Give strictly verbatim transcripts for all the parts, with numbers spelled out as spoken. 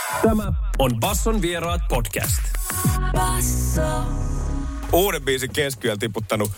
Tämä on Basson vieraat podcast. Basso. Uuden biisin keskiyöllä tiputtanut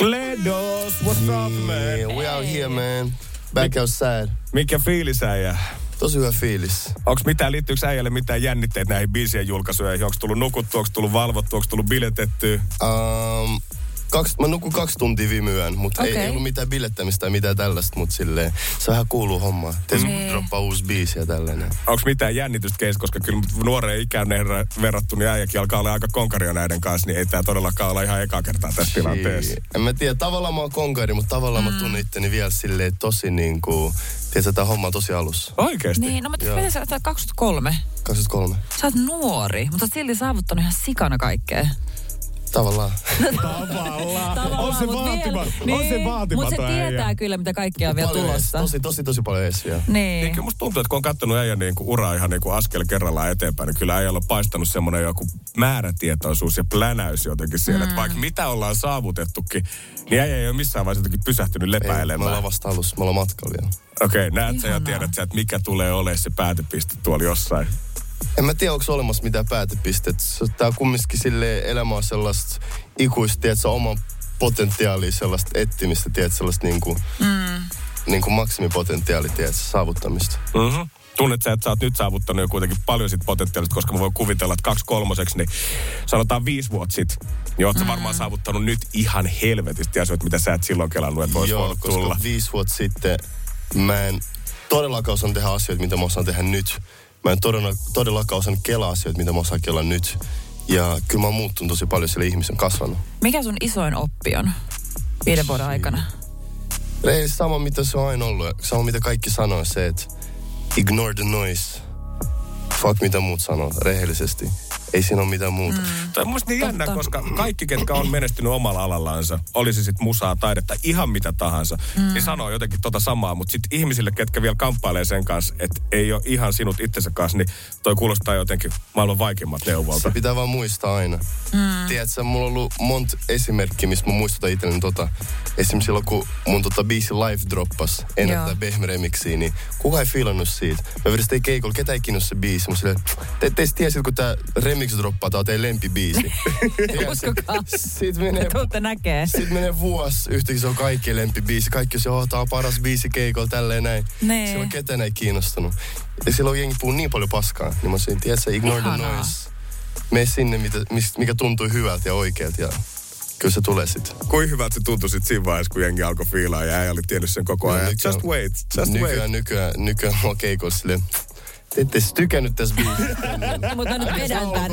Kledos, what's up, man? We out here, man. Back Mik- outside. Mikä fiilis äijä? Tosi hyvä fiilis. Onks mitään, liittyykö äijälle mitään jännitteitä näihin biisien julkaisuihin? Onks tullut nukuttua, onks tullut valvottua, onks tullut biletettyä? Um, kaksi, mä nukun kaksi tuntia viime yön, mutta okay. ei, ei ollut mitään bilettämistä tai mitään tällaista, mutta silleen, se vähän kuuluu hommaan. Tietysti mm. droppaa uusi biisi ja tällainen. Onks mitään jännitystä keis, koska kyllä nuoreen ikään verrattu, niin äijäkin alkaa olla aika konkaria näiden kanssa, niin ei tää todellakaan olla ihan eka kertaa tässä tilanteessa. En mä tiedä, tavallaan mä oon konkari, mutta tavallaan mm. mä tunnen itteni vielä silleen tosi niinku, tiedätkö, tää homma on tosi alussa. Oikeesti? Niin, no mä tiedän, sä oot kaksikymmentäkolme. kaksikymmentäkolme. Sä oot nuori, mutta oot silti saavuttanut ihan sikana kaikkea. Tavallaan. Tavallaan. Tavallaan. On se vaatima, niin, on se vaatimaton mutta se tietää äijä. kyllä, mitä kaikkea on vielä Paljon tulossa. Ees, tosi, tosi, tosi paljon ees vielä. Niin. Niin, musta tuntuu, että kun on katsonut äijän niin uraa ihan niin kuin askel kerrallaan eteenpäin, niin kyllä äijällä on paistanut semmoinen joku määrätietoisuus ja plänäys jotenkin siellä. Mm. Että vaikka mitä ollaan saavutettukin, niin äijä ei ole missään vaiheessa jotenkin pysähtynyt lepäilemään. Ei, me ollaan vasta alussa, me ollaan matkalla vielä. Okei, okay, näet sä ja tiedät sä, että mikä tulee olemaan se päätepiste tuolla jossain. En mä tiedä, onko olemassa mitään päätepisteet. Tää kumminkin silleen elämä on sellaista ikuista, tiedätkö, oman potentiaalia, sellaista etsimistä, tiedätkö, sellaista niinku, mm. niinku maksimipotentiaalia, tiedätkö, saavuttamista. Mm-hmm. Tunnet sä, että sä oot nyt saavuttanut jo kuitenkin paljon sit potentiaalista, koska mä voin kuvitella, että kaksi kolmoseksi, niin sanotaan viisi vuotta sitten, niin oot sä mm. varmaan saavuttanut nyt ihan helvetisti asioita, mitä sä et silloin kelannut, että vois voinut tulla. Joo, koska viisi vuotta sitten mä en todellakaan osannut tehdä asioita, mitä mä osaan tehdä nyt. Mä en todella, todellakaan osannut kelaa asioita, mitä mä osaan kelaa nyt. Ja kyllä mä oon muuttunut tosi paljon, sillä ihmisen kasvanut. Mikä sun isoin oppi on viiden vuoden aikana? Rehellisesti sama, mitä se on aina ollut. Sama, mitä kaikki sanoo, se, että ignore the noise. Fuck, mitä muut sanoo, rehellisesti. Ei siinä ole mitään muuta. Mm. Tämä on musta niin jännä, koska kaikki, ketkä on menestynyt omalla alallansa, olisi sitten musaa, taidetta, ihan mitä tahansa, mm. niin sanoo jotenkin tota samaa. Mutta sitten ihmisille, ketkä vielä kamppailee sen kanssa, että ei ole ihan sinut itsensä kanssa, niin toi kuulostaa jotenkin maailman vaikeimmat neuvolta. Se pitää vaan muistaa aina. Mm. Tiedätkö, mulla on ollut monta esimerkkiä, missä mä muistutan itselleni tota. Esimerkiksi silloin, kun mun tota biisi Life droppasi ennen tätä Behme-remixiä, niin kuka ei fiilannut siitä? Mä vedin sitä keikolla, ketä ei kiinnosti se biisi. Mä silleen, te, te tiesit, kun tää remix droppaa, tää on teidän lempibiisi. Uskokaa. Sitten menee, tuutte näkee. Sitten menee vuosi, yhtäkkiä se on kaikkien lempibiisi. Kaikki se, oh, tää on paras biisi keikolla, tälleen näin. Nee. Silloin ketään ei kiinnostunut. Ja silloin jengi puhuu niin paljon paskaa. Niin mä sanoin, tiedätkö, ignore the noise. Mene sinne, mikä tuntui hyvältä ja oikealta. Ja kyllä se tulee sitten. Kuin hyvältä se tuntui sitten siinä vaiheessa, kun jengi alkoi fiilaa ja ei oli tiennyt sen koko ajan. Nykyään, just wait, just nykyään, wait. Nykyään, nykyään mä oon keikolla silleen, te ette siis tykännyt tässä biisissä. Mutta nyt vedän tän.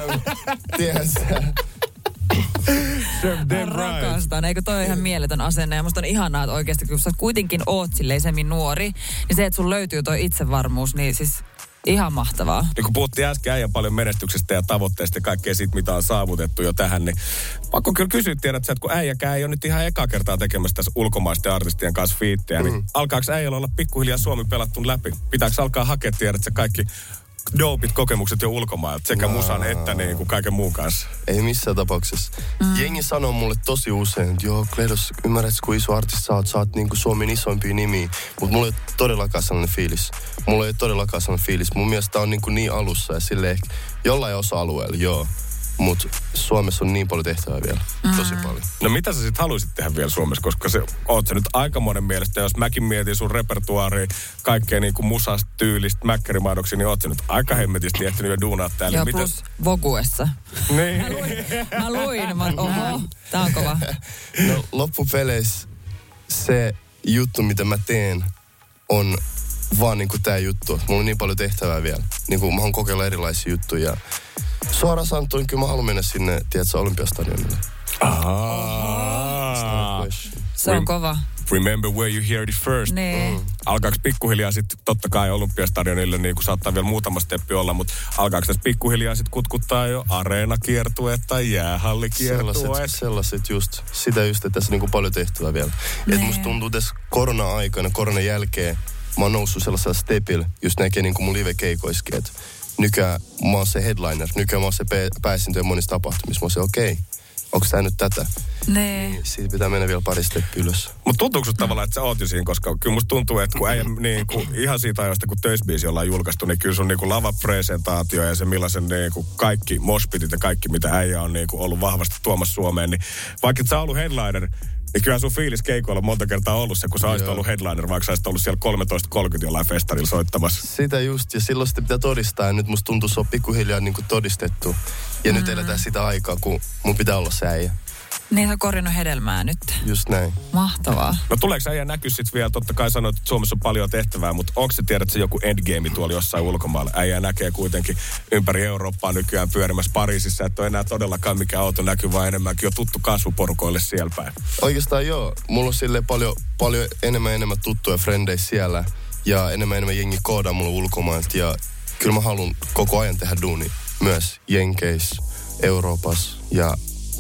Tiedän sä. Mä rakastan. Eikö toi ihan mieletön asenne? Ja musta on ihanaa, että oikeasti kun sä kuitenkin oot silleen semmin nuori, niin se, että sun löytyy toi itsevarmuus, niin siis ihan mahtavaa. Niin kun puhuttiin äsken äijän paljon menestyksestä ja tavoitteista ja kaikkea siitä, mitä on saavutettu jo tähän, niin pakko kyllä kysyä, tiedät sä, että kun äijäkään ei ole nyt ihan eka kertaa tekemässä tässä ulkomaisten artistien kanssa fiittejä, niin mm. alkaako äijällä olla pikkuhiljaa Suomi pelattu läpi? Pitääkö alkaa hakea, tiedät sä, kaikki dopit kokemukset jo ulkomailta, sekä musan että niin kuin kaiken muun kanssa? Ei missään tapauksessa. Mm. Jengi sanoo mulle tosi usein, että joo, Kledos, ymmärrät, kun iso artisti sä oot, sä oot niin kuin Suomen isoimpia nimiä. Mutta mulla ei ole todellakaan sellainen fiilis. Mulla ei ole todellakaan sellainen fiilis. Mun mielestä tää on niin, kuin niin alussa ja silleen ehkä jollain osa-alueella, joo. Mutta Suomessa on niin paljon tehtävää vielä. Mm. Tosi paljon. No mitä sä sit haluaisit tehdä vielä Suomessa? Koska se, oot sä nyt aikamoinen mielestä. Jos mäkin mietin sun repertuaaria, kaikkea niinku musasta, tyylistä, mäkkärimaidoksia, niin oot sä nyt aika hemmetisti ehtinyt jo duunaa täällä. Joo, mitä... plus Voguessa. Niin. Mä luin, mä luin, mä oho, tää on kova. No loppupeleissä se juttu, mitä mä teen, on vaan niinku tää juttu. Mulla on niin paljon tehtävää vielä. Niinku mä haluan kokeilla erilaisia juttuja. Suoraan sanottuna, kyllä mä haluan mennä sinne, tiedätkö, Olympiastadionille. Ahaa. Se on kova. Remember where you heard it first. Nee. Mm. Alkaako pikkuhiljaa sitten, totta kai Olympiastadionille, niin kuin saattaa vielä muutama steppi olla, mutta alkaako tässä pikkuhiljaa sitten kutkuttaa jo areenakiertueet tai jäähallikiertueet? Sellaiset, sellaiset just, sitä just, että tässä on niin kuin paljon tehtävää vielä. Että musta tuntuu tässä korona-aikana, koronan jälkeen, mä oon noussut sellaisella stepillä, just näkee niin kuin mun live-keikoiskin, että nykyään mä oon se headliner, nykyään mä oon se pääsintöjä monissa tapahtumissa. Mä oon se, okei, okay, onko tää nyt tätä? Nee. Niin siitä pitää mennä vielä pari steppiä ylös. Mutta tuntuuko susta tavallaan, että sä oot jo siinä, koska kyllä musta tuntuu, että kun äijä niin kuin, ihan siitä ajoista, kun töisbiisi ollaan julkaistu, niin kyllä sun niin kuin lavapresentaatio ja se millaisen niin kuin kaikki moshpitit ja kaikki, mitä äijä on niin kuin ollut vahvasti tuomassa Suomeen, niin vaikka et sä ollut headliner, niin kyllä sun fiilis keikoilla monta kertaa ollut se, kun sä olisit ollut headliner, vaikka sä olisit ollut siellä kolmetoista kolmekymmentä jollain festarilla soittamassa. Sitä just, ja silloin sitä pitää todistaa, ja nyt musta tuntuu, se on pikkuhiljaa niin kuin todistettu. Ja mm. nyt eletään sitä aikaa, kun mun pitää olla se äijä. Niin, se on korjannut hedelmää nyt. Just näin. Mahtavaa. No tuleeko äijä näkyä sit vielä, totta kai sanoit, että Suomessa on paljon tehtävää, mutta onko se tiedät se joku endgame tuolla jossain ulkomailla? Äijä näkee kuitenkin ympäri Eurooppaa nykyään pyörimässä Pariisissa, että on enää todellakaan mikään auto näkyy, vaan enemmänkin jo tuttu kasvuporukoille siellä päin. Oikeastaan joo. Mulla on silleen paljon, paljon enemmän enemmän tuttuja frendejä siellä ja enemmän enemmän jengi koodaa mulle ulkomailta ja kyllä mä haluan koko ajan tehdä duuni myös Jenkeissä, Euroopassa ja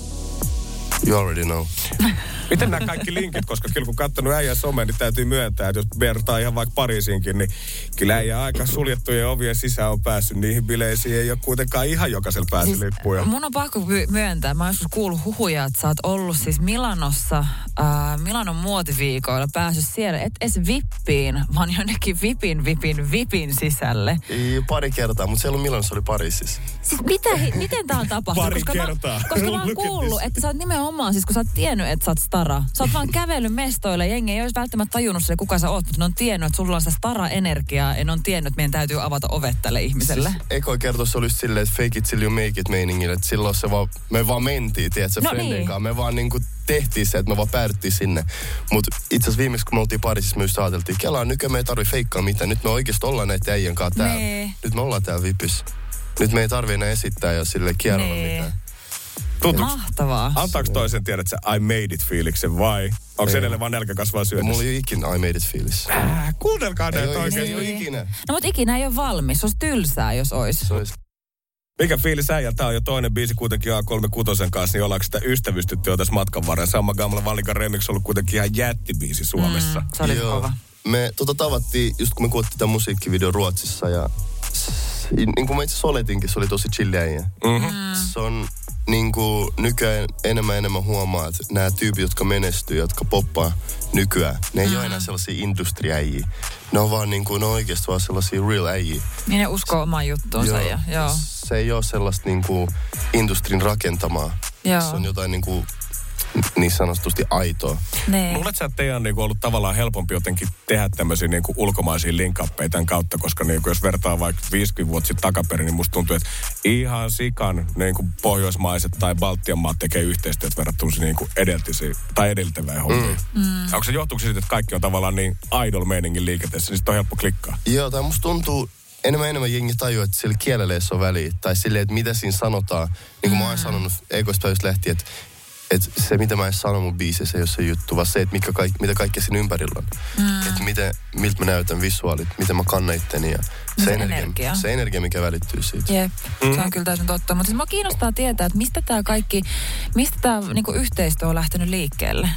you already know. Miten nämä kaikki linkit, koska kyllä kun katsonut äijän someen, niin täytyy myöntää, että jos vertaa ihan vaikka Pariisiinkin, niin kyllä äijä aika suljettujen ovien sisään on päässyt. Niihin bileisiin ei ole kuitenkaan ihan jokaisella päässyt siis lippuja. Mun on pakko myöntää, mä oon joskus kuullut huhuja, että sä oot ollut siis Milanossa, äh, Milanon muotiviikoilla, päässyt siellä, et edes vippiin, vaan jonnekin vipin, vipin, vipin sisälle. Ei, pari kertaa, mutta siellä Milanossa oli Pariisissa. Siis mitä, miten tää on tapahtunut? Pari koska kertaa. Mä, koska mä oon kuullut, että sä oot nimenomaan, siis kun sä oot tiennyt, että sä oot stara. Sä oot vaan kävellyt mestoille, jengi ei olisi välttämättä tajunnut sille, kuka sä oot, mutta ne on tiennyt, että sulla on se stara-energiaa ja ne on tiennyt, että meidän täytyy avata ovet tälle ihmiselle. Siis ekoi kerta se oli just silleen, että fake it till you make it meiningillä, että silloin se vaan, me vaan mentiin, tiedätkö, no friendin niin. kanssa. Me vaan niinku tehtiin se, että me vaan päädyttiin sinne. Mutta itse asiassa viimeksi, kun me oltiin Pariisissa, me just ajateltiin, kelaa, nykyään me ei tarvi feikkaa mitään. Nyt me oikeasti ollaan näitä äijän kanssa täällä. Nee. Nyt me ollaan täällä vipissä. Nyt me ei tarvi enää esittää ja sille kierralla Nee. mitään. Tuntuuko? Mahtavaa. Antaako toisen tiedät sä I made it -fiiliksen vai onko se edelleen vaan nälkä kasvaa syödessä? Mulla ei ole ikinä I made it -fiilis. Äh, kuunnelkaa Ei näitä ole oikein. ikinä, ei ole ikinä. No mutta ikinä ei ole valmis. Se olisi tylsää, jos olisi. Se olisi. Mikä fiilis äijä? Tää on jo toinen biisi kuitenkin A kolmekymmentäkuusi kanssa, niin ollaanko sitä ystävystytty jo tässä matkan varrella? Samma Gamla Valikan remix on ollut kuitenkin ihan jättibiisi Suomessa. Mm, se oli Joo. kova. Me tota tavattiin, just kun me kuvattiin tämän musiikkivideon Ruotsissa ja s- niin kuin mä itse asiassa oletinkin, se oli tosi chilli äijä. Mm-hmm. Se on niin kuin nykyään enemmän enemmän huomaa, että nämä tyypit, jotka menestyy, jotka poppaa nykyään, ne ei mm. ole enää sellaisia industriäjiä. Ne on vaan niin kuin, ne on oikeasti vaan sellaisia real äjiä. Niin ne uskoo omaan juttuunsa. Joo. Ja, joo. Se ei ole sellaista niin kuin industrin rakentamaa. Joo. Se on jotain niin kuin niin sanotusti aitoa. Nee. Luuletko sä, että teidän on niinku ollut tavallaan helpompi jotenkin tehdä tämmöisiä niinku ulkomaisia linkappeja tämän kautta, koska niinku jos vertaa vaikka viisikymmentä vuotta sitten takaperin, niin musta tuntuu, että ihan sikan niinku pohjoismaiset tai Baltian maat tekee yhteistyötä verrattuna niinku edeltisiin tai edeltävään hommiin. Mm. Mm. Onko se johtuuko siitä, että kaikki on tavallaan niin idol-meiningin liikenteessä, niin sit on helppo klikkaa? Joo, tai musta tuntuu enemmän enemmän jengi tajuu, että sillä kielellä ei ole väliä. Tai silleen, että mitä siinä sanotaan. Niin kuin mm. mä oon sanonut Ekoispäivästä lähtien, että että se, mitä mä en sano mun biisissä, ei ole se juttu, vaan se, että mikä kaik, mitä kaikkea siinä ympärillä on. Mm. Että miten, miltä mä näytän visuaalit, miten mä kannan itteni ja se, se energia, energia. se energia, mikä välittyy siitä. Jep, mm. se on kyllä täysin totta. Mutta siis mua kiinnostaa tietää, että mistä tämä kaikki, mistä tämä niinku yhteistyö on lähtenyt liikkeelle?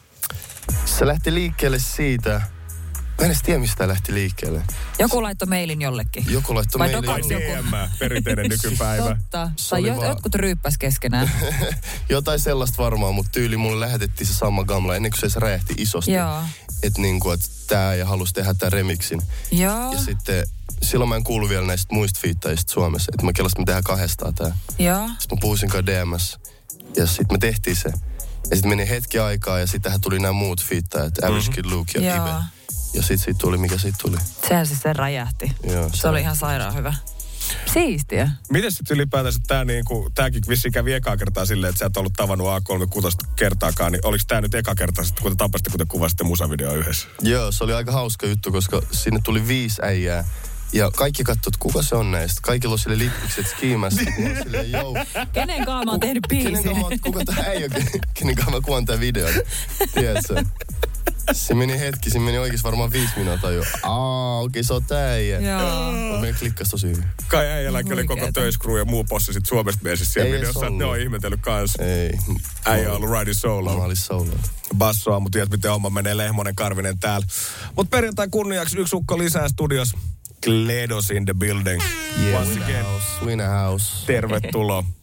Se lähti liikkeelle siitä, mä en edes tiedä, mistä tämä lähti liikkeelle. Joku laittoi mailin jollekin. Joku laittoi Vai meille dokaksi joku. D M, perinteinen nykypäivä. Totta. Se Tai oli jo, vaan- jotkut ryyppäs keskenään. Jotain sellaista varmaan, mutta tyyli mulle lähetettiin se Samma Gamla ennen kuin se, se räjähti isosti. Joo. Että niinku, että tää ja halusi tehdä tämän remixin. Joo. Ja sitten silloin mä en kuulu vielä näistä muista fiittajista Suomessa. Että mä kelasin, että me tehdään kahdestaan tää. Joo. Sitten mä puhuisin kai D M:ssä. Ja sitten me tehtiin se. Ja sitten meni hetki aikaa ja sittenhän tuli nämä muut fiittajat. Mm-hmm. Average Kid Luke ja Joo. Ibe. Ja sitten siitä tuli, mikä siitä tuli. Sehän siis se räjähti. Joo, Se oli ihan sairaan hyvä. Siistiä. Miten sitten ylipäätänsä tämä niinku, tääkin vissiin kävi ekaa kertaa silleen, että sä et ollut tavannut A kolmekymmentäkuusi kertaakaan, niin oliko tämä nyt eka kerta sitten, kun te tapasitte, kun te kuvasitte musavideoa yhdessä? Joo, se oli aika hauska juttu, koska sinne tuli viisi äijää. Ja kaikki katsoi, että kuka se on näistä. Kaikilla on sille lipukset skiimassa. Silleen, jou. Kenen kanssa mä oon tehnyt biisin? Kenen kanssa, kuka tämä äijä, kenen kanssa mä kuvan tämän videon. Tiedätkö? Se meni hetki, se meni oikeasti varmaan viisi minuuttia jo. Aa, okei, okay, se on tää äijä. Joo. Mutta meidän klikkasi tosi hyvin. Kai äijälläkin oli koko Huikeeta. töyskruu ja muu possi sit Suomesta miesissä siellä Ei videossa, edes että ne ollut. on ihmetellyt kanssa. Ei. Äijä on ollut riding Mä solo. olin solo. Bassoa, mutta tiedät miten homma menee, Lehmonen Karvinen täällä. Mutta perjantai kunniaksi yksi ukko lisää studios. Kledos in the building. Yeah, Once Winner again, House. Winner House. tervetuloa.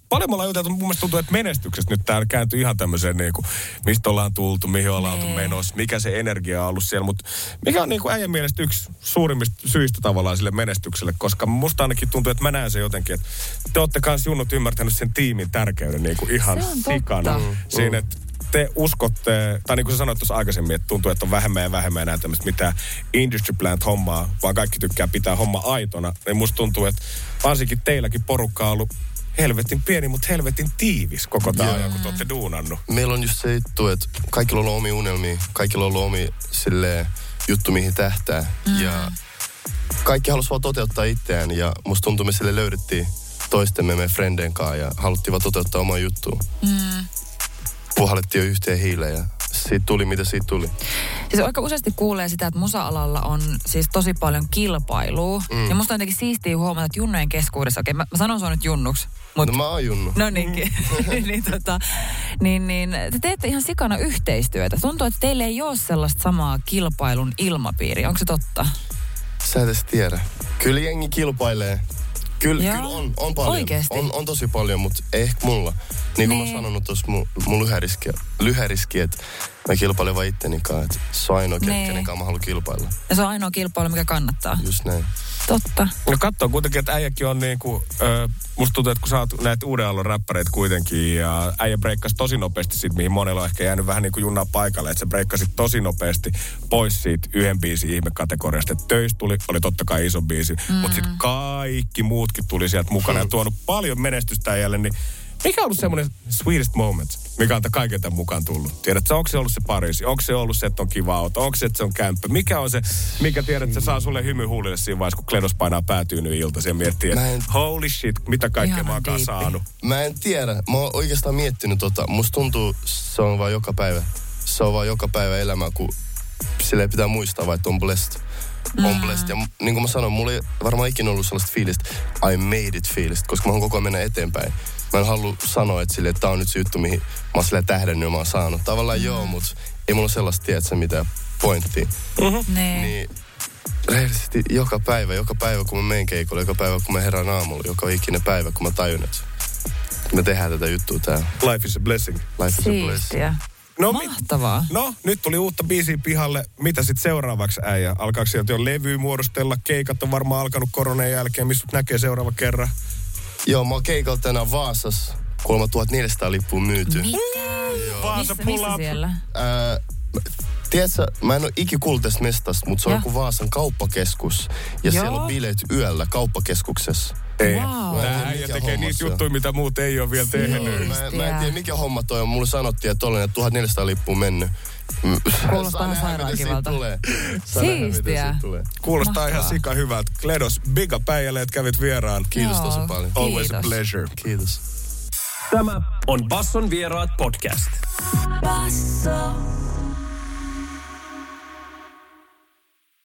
paljon me ollaan juteltu, mun mielestä tuntuu, että menestyksestä nyt täällä kääntyy ihan tämmöiseen niin kuin, mistä ollaan tultu, mihin ollaan oltu menossa, mikä se energia on ollut siellä. Mutta mikä on niin kuin äijän mielestä yksi suurimmista syistä tavallaan sille menestykselle, koska musta ainakin tuntuu, että mä näen se jotenkin, että te olette kanssa junnut ymmärtänyt sen tiimin tärkeyden niin kuin ihan sikana. Mm. Siinä, että te uskotte, tai niin kuin sä sanoit tuossa aikaisemmin, että tuntuu, että on vähemmän ja vähemmän enää tämmöistä mitään industry plant hommaa, vaan kaikki tykkää pitää homma aitona. Niin musta tuntuu, että varsinkin teilläkin porukka on ollut helvetin pieni, mutta helvetin tiivis koko tämä ajan, kun te olette duunannut. Meillä on just se juttu, että kaikilla on ollut omia unelmia, kaikilla on ollut omia silleen, juttu, mihin tähtää. Mm. Ja kaikki halusi vaan toteuttaa itseään ja musta tuntuu, me sille löydettiin toistemme meidän frendeen kanssa ja haluttiin vaan toteuttaa omaa juttua. Mm. Puhallettiin jo yhteen hiileen ja siitä tuli, mitä siitä tuli. Siis aika useasti kuulee sitä, että musa-alalla on siis tosi paljon kilpailua. Mm. Ja musta on jotenkin siistiä huomata, että junnojen keskuudessa, okei, mä, mä sanon sua nyt junnuksi. Mut, no mä oon junnu. No niinkin. niin, tota, niin, niin, te teette ihan sikana yhteistyötä. Tuntuu, että teille ei ole sellaista samaa kilpailun ilmapiiriä. Onko se totta? Sä et edes tiedä. Kyllä jengi kilpailee. Kyllä, kyllä on, on paljon. On, on tosi paljon, mutta ei ehkä mulla. Niin kuin nee. Mä sanonut tuossa mun, mun lyhäriski, lyhäriski, että mä kilpailen vaan itteni kanssa. Että se on ainoa, nee. kenen kanssa mä haluan kilpailla. Ja se on ainoa kilpailu, mikä kannattaa. Just näin. Totta. No katsoo kuitenkin, että äijäkin on niinku, äh, musta tuntuu, että kun sä oot näitä uuden aallon räppäreitä kuitenkin, ja äijä breikkasi tosi nopeasti siitä, mihin monella on ehkä jäänyt vähän niin kuin junnaa paikalle, että se breikkasi tosi nopeasti pois siitä yhden biisin ihmekategoriasta. Että Töistä tuli, oli totta kai iso biisi, mm. mutta sitten kaikki muutkin tuli sieltä mukana ja tuonut paljon menestystä äijälle, niin mikä on ollut semmoinen sweetest moment, mikä on kaiken tämän mukaan tullut? Tiedätkö, onko se ollut se Pariisi? Onko se ollut se, että on kiva auto? Onko se, että se on kämppä? Mikä on se, mikä tiedät, että se saa sulle hymy huulille siinä vaiheessa, kun Kledos painaa päätyynyt iltaisin ja miettii, että en... holy shit, mitä kaikkea mä oonkaan saanut? Mä en tiedä. Mä oon oikeastaan miettinyt tota. Musta tuntuu, se on vaan joka päivä. Se on vaan joka päivä elämää, kun sille pitää muistaa, vai että on blessed. Mm. On blessed. Ja niin kuin mä sanoin, mulla ei varmaan ikinä ollut sellaista fiilistä, I made it fiilistä, koska mä haluan koko ajan mennä eteenpäin. Mä en halua sanoa, että, sille, että tää on nyt se juttu, mihin mä oon silleen tähdännyt ja mä oon saanut. Tavallaan mm. joo, mutta ei mulla ole sellaista, tiedätkö, mitään pointtia. Mm-hmm. Niin rehellisesti joka päivä, joka päivä kun mä menen keikolle, joka päivä kun mä herään aamulla, joka ikinen päivä kun mä tajun, että me tehdään tätä juttua täällä. Life is a blessing. Life is a blessing. No, mahtavaa. No, nyt tuli uutta biisiä pihalle. Mitä sitten seuraavaksi, äijä? Alkaako sieltä jo levyä muodostella? Keikat on varmaan alkanut koronan jälkeen. Missä näkee seuraava kerran? Joo, mä oon keikalla tänään Vaasassa. Kolme tuhat neljäsataa lippua myyty. Mitä? Vaasa missä, missä siellä? Ää, tiedätkö, mä en ole ikinä kuullut tästä mestasta, mutta se on joku Vaasan kauppakeskus. Ja Joo. siellä on bileet yöllä kauppakeskuksessa. Ei. Wow. Tää äijä tekee niitä juttuja, mitä muut ei ole vielä tehnyt. Mä, mä en tiedä, mikä homma toi on. Mulle sanottiin, että tollainen tuhat neljäsataa lippua mennyt. Kuulostaa sairaan kivalta. Siistiä. Kuulostaa Mahtavaa. Ihan sika hyvältä. Kledos, big up äijälle, että kävit vieraan. Kiitos Joo. tosi paljon. Always Kiitos. a pleasure. Kiitos. Tämä on Basson vieraat podcast. Basso.